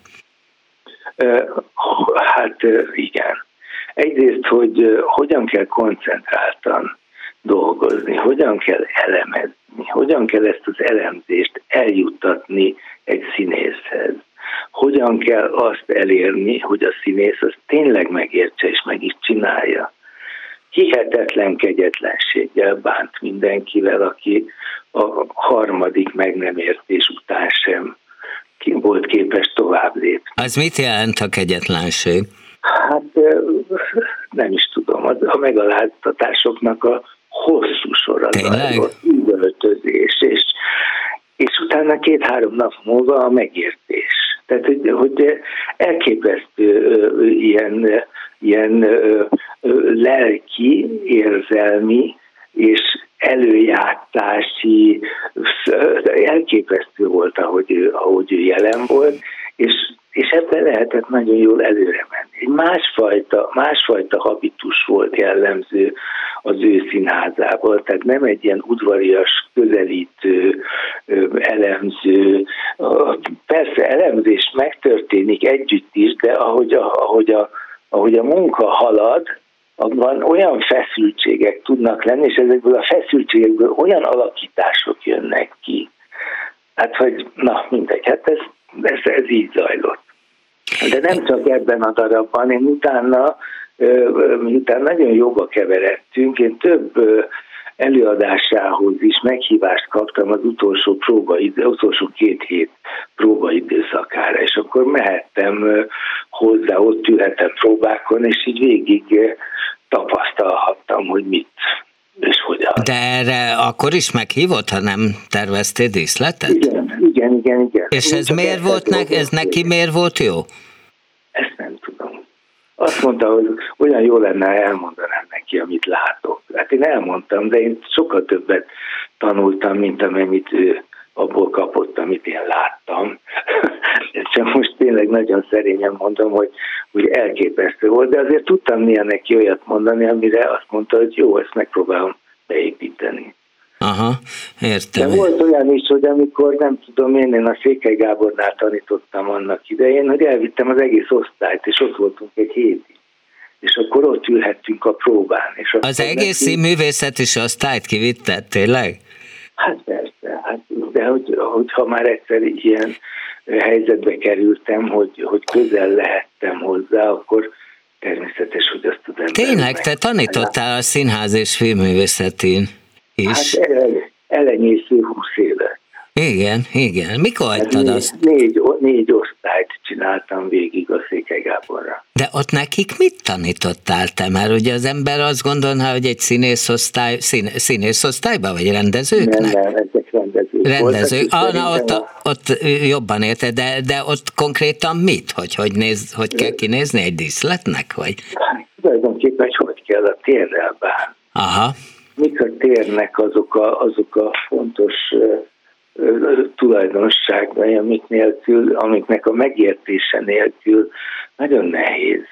Hát igen. Egyrészt, hogy hogyan kell koncentráltan dolgozni, hogyan kell elemezni, hogyan kell ezt az elemzést eljuttatni egy színészhez, hogyan kell azt elérni, hogy a színész azt tényleg megértse és meg is csinálja. Hihetetlen kegyetlenséggel bánt mindenkivel, aki a 3. meg nem értés után sem volt képes tovább lépni. Az mit jelent a kegyetlenség? Hát nem is tudom, a megaláztatásoknak a hosszú sorozat, üvöltözés, és utána 2-3 nap múlva a megértés. Tehát, hogy elképesztő ilyen lelki, érzelmi és előjátási, elképesztő volt, ahogy ő jelen volt, és ebben lehetett nagyon jól előre menni. Egy másfajta habitus volt jellemző az ő színházával, tehát nem egy ilyen udvarias, közelítő, elemző, persze elemzés megtörténik együtt is, de ahogy a munka halad, abban olyan feszültségek tudnak lenni, és ezekből a feszültségekből olyan alakítások jönnek ki. Hát, hogy mindegy, hát ez így zajlott. De nem csak ebben a darabban, én utána, miután nagyon jóba keveredtünk, én több előadásához is meghívást kaptam az utolsó 2 hét próbaidőszakára, és akkor mehettem hozzá, ott ülhetem próbákon, és így végig tapasztalhattam, hogy mit és hogyan. De erre akkor is meghívott, ha nem terveztél díszletet? Igen. És ez miért volt neki miért volt jó? Ezt nem tudom. Azt mondta, hogy olyan jó lenne, elmondanám neki, amit látok. Hát én elmondtam, de én sokkal többet tanultam, mint amennyit ő abból kapott, amit én láttam. Csak most tényleg nagyon szerényen mondom, hogy elképesztő volt, de azért tudtam néha neki olyat mondani, amire azt mondta, hogy jó, ezt megpróbálom beépíteni. Aha, értem. De volt olyan is, hogy amikor nem tudom én a Székely Gábornál tanítottam annak idején, hogy elvittem az egész osztályt, és ott voltunk egy hétig. És akkor ott ülhettünk a próbán. És az egész színművészeti osztályt kivitted, tényleg? Hát persze, de hogyha már egyszer ilyen helyzetbe kerültem, hogy közel lehettem hozzá, akkor természetes, hogy azt az ember... Tényleg, te tanítottál a színház és filmművészetén is? Hát elenyésző 20 évet. Igen. Mikor hagytad azt? 4 osztályt csináltam végig a Székely Gáborra. De ott nekik mit tanítottál te? Mert ugye az ember azt gondolná, hogy egy színészosztályban, vagy rendezőknek? Nem, ezek rendezők. Ott jobban érted, de ott konkrétan mit? Hogy kell kinézni egy díszletnek? Vagy? Tulajdonképpen, hogy kell a térrel bánni. Aha. Mik a térnek azok a fontos tulajdonságai, amiknek a megértése nélkül nagyon nehéz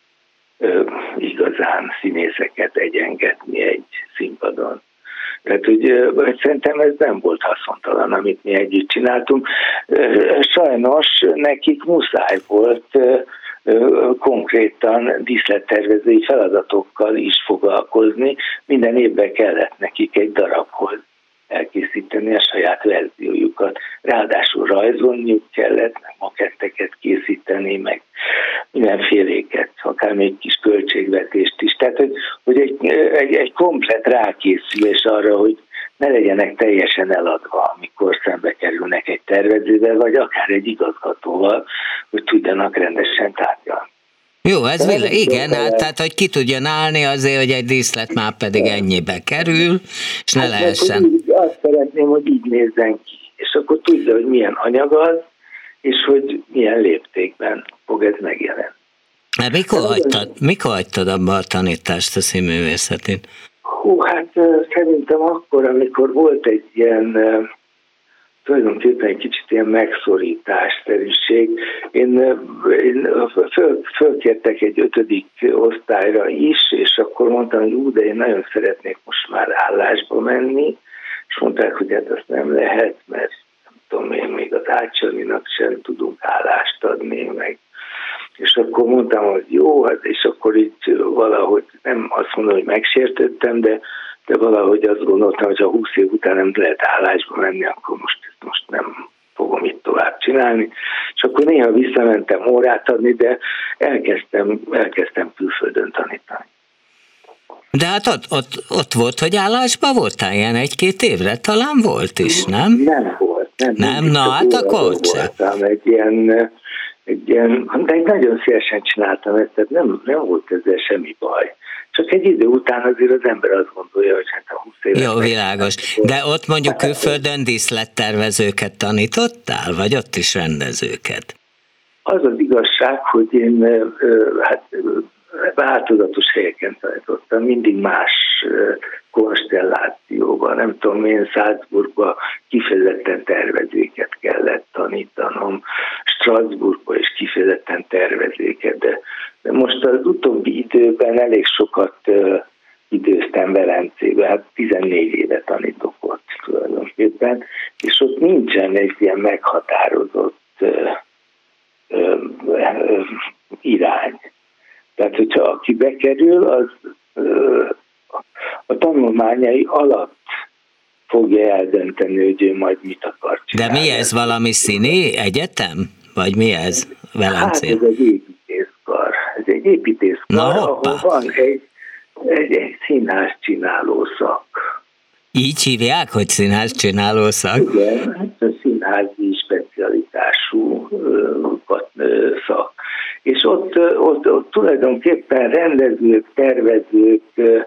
igazán színészeket egyengetni egy színpadon. Tehát, hogy szerintem ez nem volt haszontalan, amit mi együtt csináltunk. Sajnos nekik muszáj volt konkrétan díszlettervezői feladatokkal is foglalkozni. Minden évben kellett nekik egy darabhoz elkészíteni a saját verziójukat. Ráadásul rajzolniuk kellett, meg maketteket készíteni, meg mindenféléket, akár még kis költségvetést is. Tehát, hogy egy komplett rákészülés arra, hogy ne legyenek teljesen eladva, amikor szembe kerülnek egy tervezővel, vagy akár egy igazgatóval, hogy tudjanak rendesen tárgyalni. Jó, ez igen, hát, tehát hogy ki tudjon állni azért, hogy egy díszlet már pedig ennyibe kerül, és ne lehessen. Azt szeretném, hogy így nézzen ki, és akkor tudja, hogy milyen anyag az, és hogy milyen léptékben fog ez megjelenni. Mikor hagytad abba a tanítást a színművészetén? Hát szerintem akkor, amikor volt egy ilyen tulajdonképpen egy kicsit ilyen megszorításszerűség. Én fölkértek egy 5. osztályra is, és akkor mondtam, hogy de én nagyon szeretnék most már állásba menni, és mondták, hogy hát azt nem lehet, mert nem tudom én, még az Ácsalinak sem tudunk állást adni, meg. És akkor mondtam, hogy jó, hát és akkor így valahogy nem azt mondom, hogy megsértettem, de valahogy azt gondoltam, hogy ha 20 év után nem lehet állásba menni, akkor most nem fogom itt tovább csinálni. És akkor néha visszamentem órát adni, de elkezdtem külföldön tanítani. De hát ott volt, hogy állásba voltál ilyen 1-2 évre? Talán volt is, nem? Nem volt. Nem, na hát akkor voltam egy ilyen, de nagyon szívesen csináltam ezt, tehát nem volt ezzel semmi baj. Csak egy idő után azért az ember azt gondolja, hogy hát a 20 éves... Jó, világos. De ott mondjuk külföldön díszlettervezőket tanítottál, vagy ott is rendezőket? Az az igazság, hogy én változatos helyeken tanítottam, mindig más konstellációban. Nem tudom, én Salzburgban kifejezetten tervezőket kellett tanítanom, Strasbourgban is kifejezetten tervezőket, de most az utóbbi időben elég sokat időztem Velencébe, hát 14 éve tanítok ott tulajdonképpen, és ott nincsen egy ilyen meghatározott irány. Tehát, hogyha aki bekerül, az a tanulmányai alatt fogja eldönteni, hogy ő majd mit akar csinálni. De mi ez, valami színi egyetem? Vagy mi ez Velencén? Hát ez egy építészkar. Ez egy építészkar, ahol van egy színház csináló szak. Így hívják, hogy színház csináló szak? Igen, ez a színházi specialitású szak. És ott tulajdonképpen rendezők, tervezők,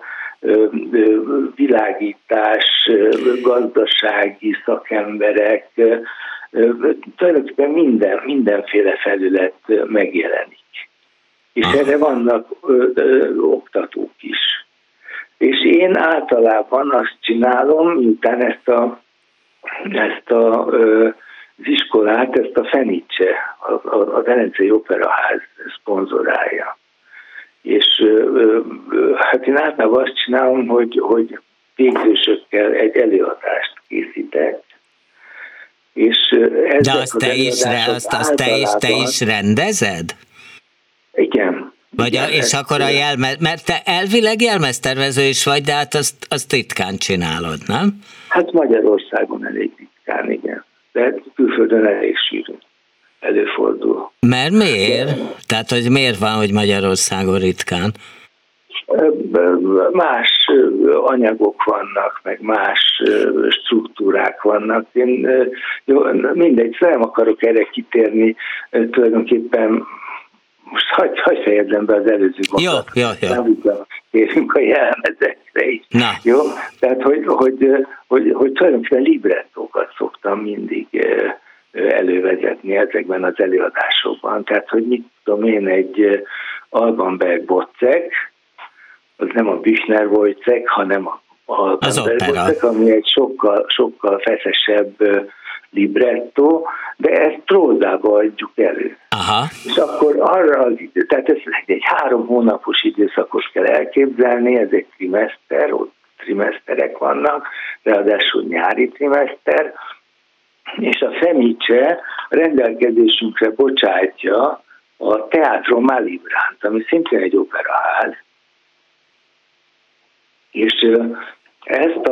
világítás, gazdasági szakemberek, tulajdonképpen mindenféle felület megjelenik. És erre vannak oktatók is. És én általában azt csinálom, miután az iskolát, ezt a Fenice, a Velencei Operaház szponzorálja. És hát én általában azt csinálom, hogy végzősökkel egy előadást készítek. És de azt te is rendezed? Igen. Vagy igen, és akkor mert te elvileg jelmeztervező is vagy, de hát azt ritkán csinálod, nem? Hát Magyarországon elég ritkán, igen. De külföldön elég sűrűn előfordul. Mert miért? Tehát, hogy miért van, hogy Magyarországon ritkán? Más anyagok vannak, meg más struktúrák vannak. Én mindegy, nem akarok erre kitérni, tulajdonképpen most hagyj fejezzem be az előző mondatot. Jó. Térünk a jelmezekre is. Na. Jó? Tehát, hogy tulajdonképpen librettókat szoktam mindig elővezetni ezekben az előadásokban. Tehát, hogy mit tudom én, egy Alban Berg Boczek, az nem a Büchner Wojciech, hanem a Alban Berg Boczek, ami egy sokkal feszesebb libretto, de ezt prózába adjuk elő. Aha. És akkor arra az idő, tehát ez egy 3 hónapos időszakot kell elképzelni, ez egy trimester, ott trimeszterek vannak, ráadásul nyári trimester, és a Fenice rendelkezésünkre bocsátja a Teatro Malibránt, ami szintén egy operaház, és ezt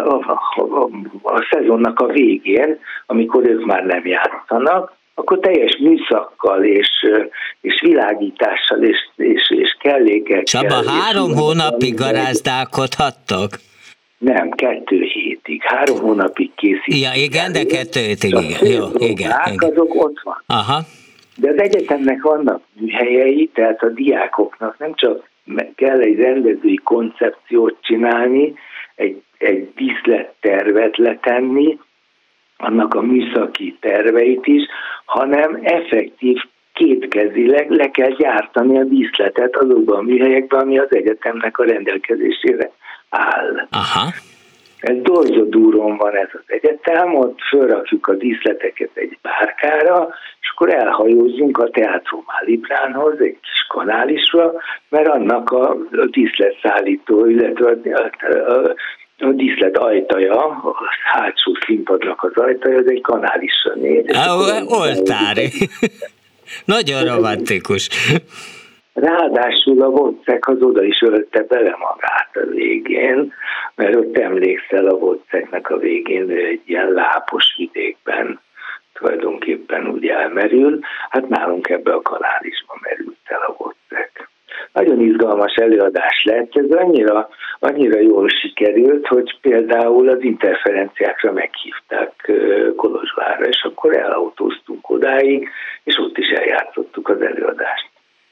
a szezonnak a végén, amikor ők már nem játszanak, akkor teljes műszakkal és világítással és kellékekkel. Csaba, 3 hónapig garázdálkodhattok? Nem, 2 hétig. 3 hónapig készítik. Ja, igen, de 2 hétig, igen. Jó, igen. Azok ott van. Aha. De az egyetemnek vannak műhelyei, tehát a diákoknak nem csak kell egy rendezői koncepciót csinálni, egy díszlettervet letenni, annak a műszaki terveit is, hanem effektív kétkezileg le kell gyártani a díszletet azokban a műhelyekben, ami az egyetemnek a rendelkezésére áll. Aha. Ez Dorzodúron van ez az egyetem, ott fölrakjuk a díszleteket egy bárkára, és akkor elhajózzunk a Teatro Malibránhoz, egy kis kanálisra, mert annak a díszletszállító, illetve a díszlet ajtaja, a hátsó színpadnak az ajtaja, az egy kanálisra néz. Oltári. Nagyon romantikus. Ráadásul a Wozzeck az oda is ölte bele magát a végén, mert ott emlékszel a Wozzeknek a végén egy ilyen lápos vidékben tulajdonképpen úgy elmerül, hát nálunk ebbe a kanálisba merült el a Wozzeck. Nagyon izgalmas előadás lett, ez annyira jól sikerült, hogy például az interferenciákra meghívták Kolozsvárra, és akkor elautóztunk odáig, és ott is eljátszottuk az előadást.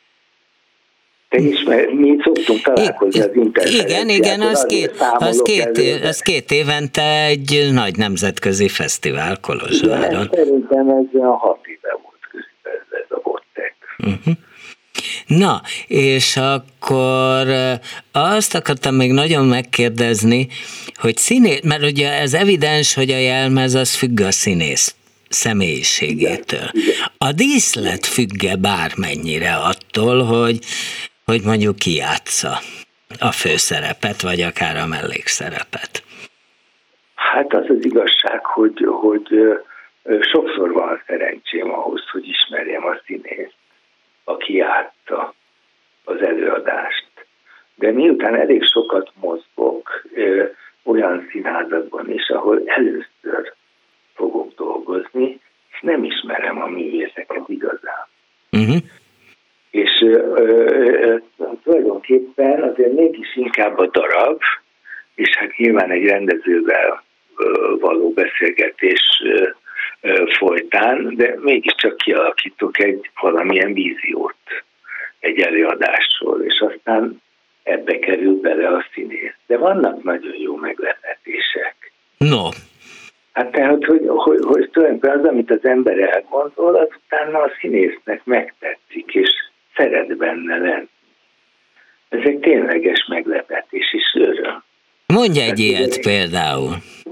Mi szoktunk találkozni az interferenciákon. Igen, az két évente egy nagy nemzetközi fesztivál Kolozsváron. Szerintem ez olyan 6 éve volt közben ez a Wozzeck. Na, és akkor azt akartam még nagyon megkérdezni, hogy mert ugye ez evidens, hogy a jelmez az függ a színész személyiségétől. A díszlet függ-e bármennyire attól, hogy mondjuk ki játsza a főszerepet, vagy akár a mellékszerepet? Hát az az igazság, hogy sokszor van szerencsém ahhoz, hogy ismerjem a színészt, aki játsza az előadást. De miután elég sokat mozgok olyan színházakban is, ahol először fogok dolgozni, és nem ismerem a művészeket igazán. Uh-huh. És tulajdonképpen azért mégis inkább a darab, és hát nyilván egy rendezővel való beszélgetés folytán, de mégiscsak kialakítok egy valamilyen víziót egy előadásról, és aztán ebbe kerül bele a színész. De vannak nagyon jó meglepetések. No. Hát tehát, hogy tulajdonképpen az, amit az ember elgondol, az utána a színésznek megtetszik, és szeret benne lenni. Ez egy tényleges meglepetés és öröm. Mondj egy ilyet például.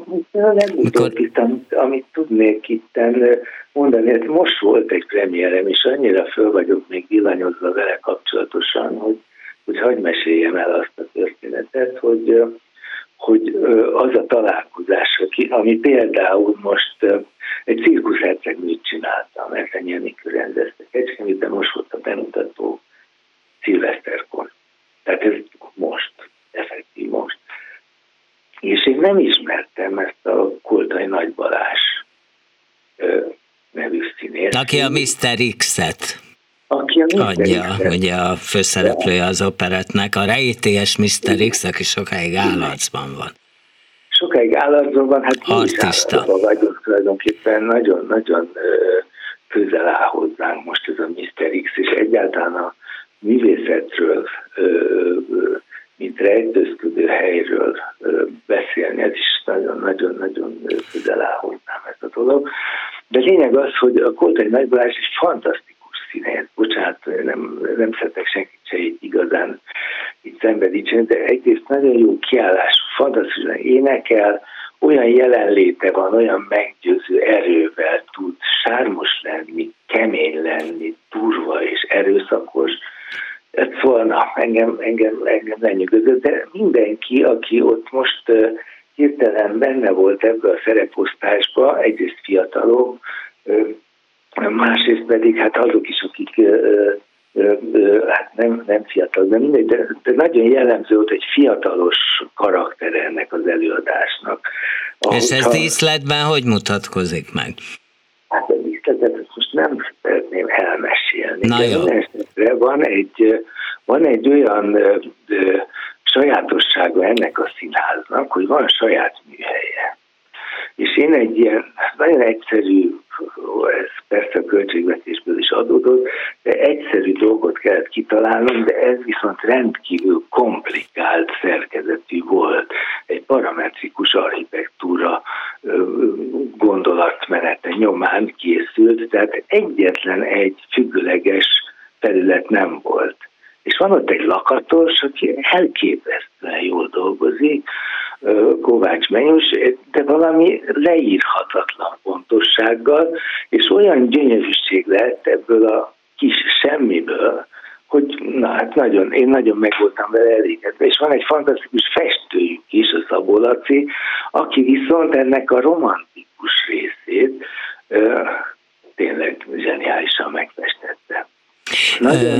Amit tudnék itten mondani, hát most volt egy premierem, és annyira föl vagyok még villanyozva vele kapcsolatosan, hogy hadd meséljem el azt a történetet, hogy az a találkozás, ami például most egy cirkuszhercegnőt csináltam, Erzseny Enikő rendezte Kecskeméten, most volt a bemutató szilveszterkor. Tehát ez most, effektív most. És én nem ismertem ezt a Koltai Nagy Balázs nevű színészt. Aki a Mr. X-et adja, ugye a főszereplője az operettnek, a rejtélyes Mr. X, aki sokáig állarcban van. Sokáig állarcban van, hát mi is állarcban vagyok tulajdonképpen, nagyon-nagyon közel áll hozzánk most ez a Mr. X, és egyáltalán a művészetről, mint rejtőzködő helyről beszélni, ez is nagyon-nagyon közel áll hozzám ez a dolog. De lényeg az, hogy a Koltai Nagy Balázs egy fantasztikus színész. Bocsánat, nem szeretek senkit se igazán így szenvedíteni, de egyrészt nagyon jó kiállás, fantasztikusan énekel, olyan jelenléte van, olyan meggyőző erővel tud sármos lenni, kemény lenni, durva és erőszakos. Szóval engem lenyűgözött, de mindenki, aki ott most hirtelen benne volt ebbe a szereposztásba, egyrészt fiatalok, másrészt pedig hát azok is, akik hát nem fiatal, de mindegy, de nagyon jellemző volt egy fiatalos karakter ennek az előadásnak. És ez díszletben hogy mutatkozik meg? Hát a díszletet most nem szeretném elmesélni. Na jó. De van egy olyan sajátossága ennek a színháznak, hogy van saját műhelye. És én egy ilyen nagyon egyszerű ez persze a költségvetésből is adódott, de egyszerű dolgot kellett kitalálnom, de ez viszont rendkívül komplikált szerkezetű volt. Egy parametrikus architektúra gondolatmenete nyomán készült, tehát egyetlen egy függőleges felület nem volt. És van ott egy lakatos, aki elképesztően jól dolgozik, Kovács Menyus, de valami leírhatatlan pontossággal, és olyan gyönyörűség lett ebből a kis semmiből, hogy én nagyon meg voltam vele elégedve. És van egy fantasztikus festőjük is, a Szabó Laci, aki viszont ennek a romantikus részét tényleg zseniálisan megfestette. Nagyon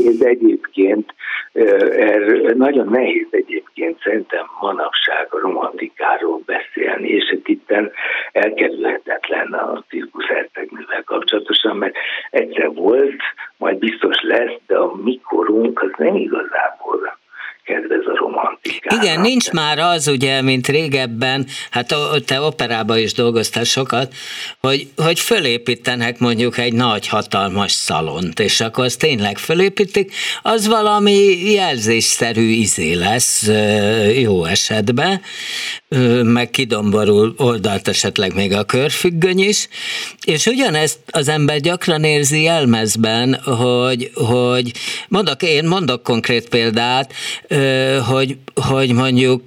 nehéz egyébként szerintem manapság a romantikáról beszélni, és itten elkerülhetetlen a cirkusz hercegnővel kapcsolatosan, mert egyszer volt, majd biztos lesz, de a mi korunk az nem igazából kedvez a romantikának. Igen, nincs már az, ugye, mint régebben, hát te operában is dolgoztál sokat, hogy fölépítenek mondjuk egy nagy, hatalmas szalont, és akkor azt tényleg fölépítik, az valami jelzésszerű izé lesz jó esetben, meg kidomborul oldalt esetleg még a körfüggöny is, és ugyanezt az ember gyakran érzi jelmezben, hogy mondok konkrét példát, hogy mondjuk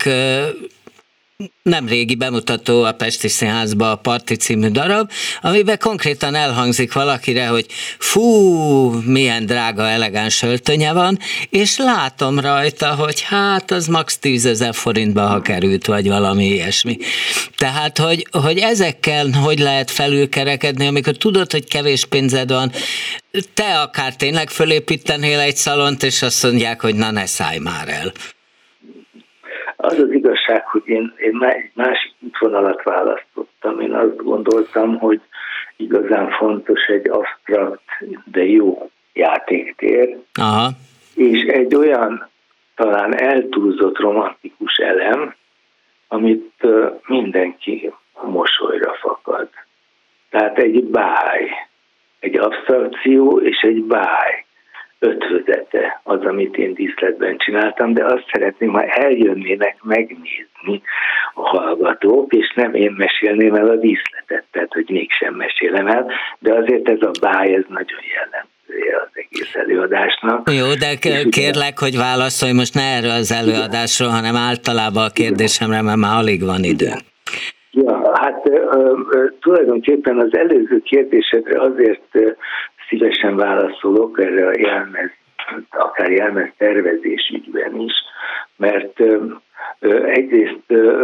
nem régi bemutató a Pesti Színházban a Parti című darab, amiben konkrétan elhangzik valakire, hogy fú, milyen drága, elegáns öltönye van, és látom rajta, hogy hát az max. 10 000 forintba, ha került, vagy valami ilyesmi. Tehát, hogy ezekkel hogy lehet felülkerekedni, amikor tudod, hogy kevés pénzed van, te akár tényleg fölépítenél egy szalont, és azt mondják, hogy na ne szállj már el. Az az igazság, hogy én egy másik útvonalat választottam. Én azt gondoltam, hogy igazán fontos egy absztrakt, de jó játéktér, aha, és egy olyan talán eltúlzott romantikus elem, amit mindenki mosolyra fakad. Tehát egy báj, egy absztrakció és egy báj ötvözete az, amit én díszletben csináltam, de azt szeretném, ha eljönnének megnézni a hallgatók, és nem én mesélném el a díszletet, tehát hogy mégsem mesélem el, de azért ez a báj, ez nagyon jellemzője az egész előadásnak. Jó, de kérlek, hogy válaszolj most ne erről az előadásról, hanem általában a kérdésemre, mert már alig van idő. Ja, hát tulajdonképpen az előző kérdésedre azért szívesen válaszolok erre a akár jelmez tervezés ügyben is, mert egyrészt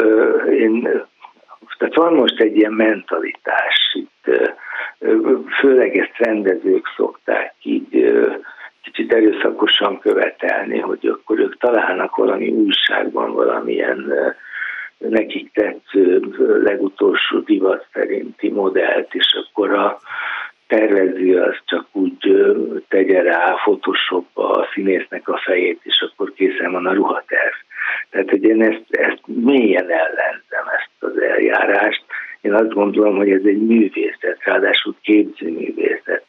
tehát van most egy ilyen mentalitás, itt főleg ezt rendezők szokták így kicsit erőszakosan követelni, hogy akkor ők találnak valami újságban valamilyen nekik tetsző legutolsó divat szerinti modellt, és akkor a tervező az csak úgy tegye rá Photoshopba a színésznek a fejét, és akkor készen van a ruhaterv. Tehát, hogy én ezt mélyen ellenzem, ezt az eljárást. Én azt gondolom, hogy ez egy művészet, ráadásul képzőművészet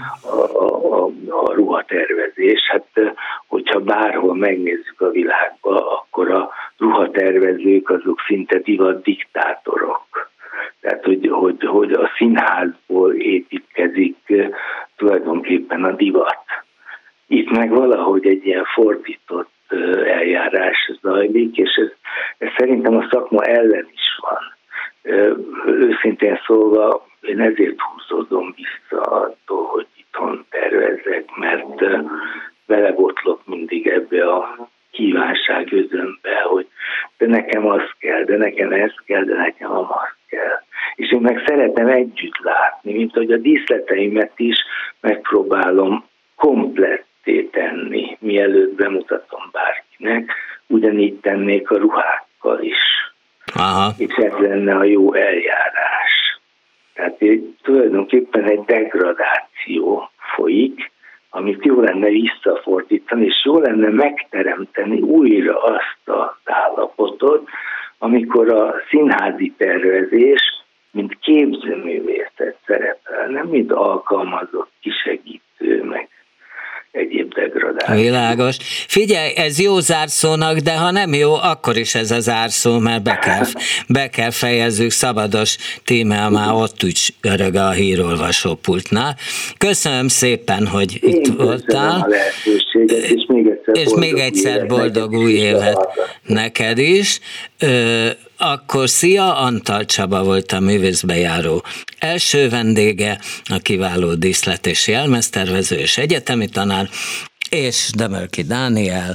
a ruhatervezés. Hát, hogyha bárhol megnézzük a világba, akkor a ruhatervezők azok szinte divat diktátorok. Tehát, hogy a színházból építkezik tulajdonképpen a divat. Itt meg valahogy egy ilyen fordított eljárás zajlik, és ez szerintem a szakma ellen is van. Őszintén szólva, én ezért húzódom vissza attól, hogy itthon tervezzek, mert belebotlok mindig ebbe a kívánság özönbe, hogy de nekem az kell, de nekem ez kell, de nekem az kell. És én meg szeretem együtt látni, mint hogy a díszleteimet is megpróbálom kompletté tenni, mielőtt bemutatom bárkinek, ugyanígy tennék a ruhákkal is. Aha. És ez lenne a jó eljárás. Tehát tulajdonképpen egy degradáció folyik, amit jó lenne visszafordítani, és jó lenne megteremteni újra azt az állapotot, amikor a színházi tervezés, mint képzőművészet szerepel. Nem mind alkalmazott, kisegítő, meg egyéb degradáció. Világos. Figyelj, ez jó zárszónak, de ha nem jó, akkor is ez a zárszó, mert be kell fejezzük. Szabados Tímea már ott úgy örög a hírolvasópultnál. Köszönöm szépen, hogy itt voltál. A lehetőséget, és még egyszer boldog új évet neked is. Akkor szia, Antal Csaba volt a művészbejáró első vendége, a kiváló díszlet- és jelmeztervező és egyetemi tanár, és Dömölki Dániel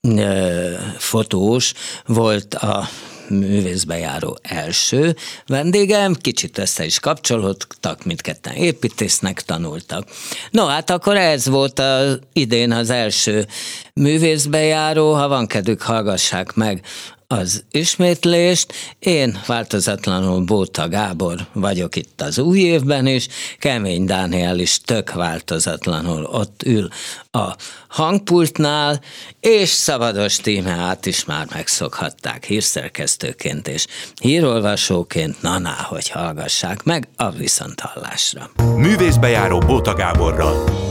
fotós volt a művészbejáró első vendégem, kicsit össze is kapcsolódtak, mindketten építésznek tanultak. No, hát akkor ez volt idén az első művészbejáró, ha van kedvük, hallgassák meg az ismétlést. Én változatlanul Bóta Gábor vagyok itt az új évben is, Kemény Dániel is tök változatlanul ott ül a hangpultnál, és Szabados Tímeát is már megszokhatták hírszerkesztőként és hírolvasóként, hogy hallgassák meg a viszonthallásra. Művészbejáró Bóta Gáborral.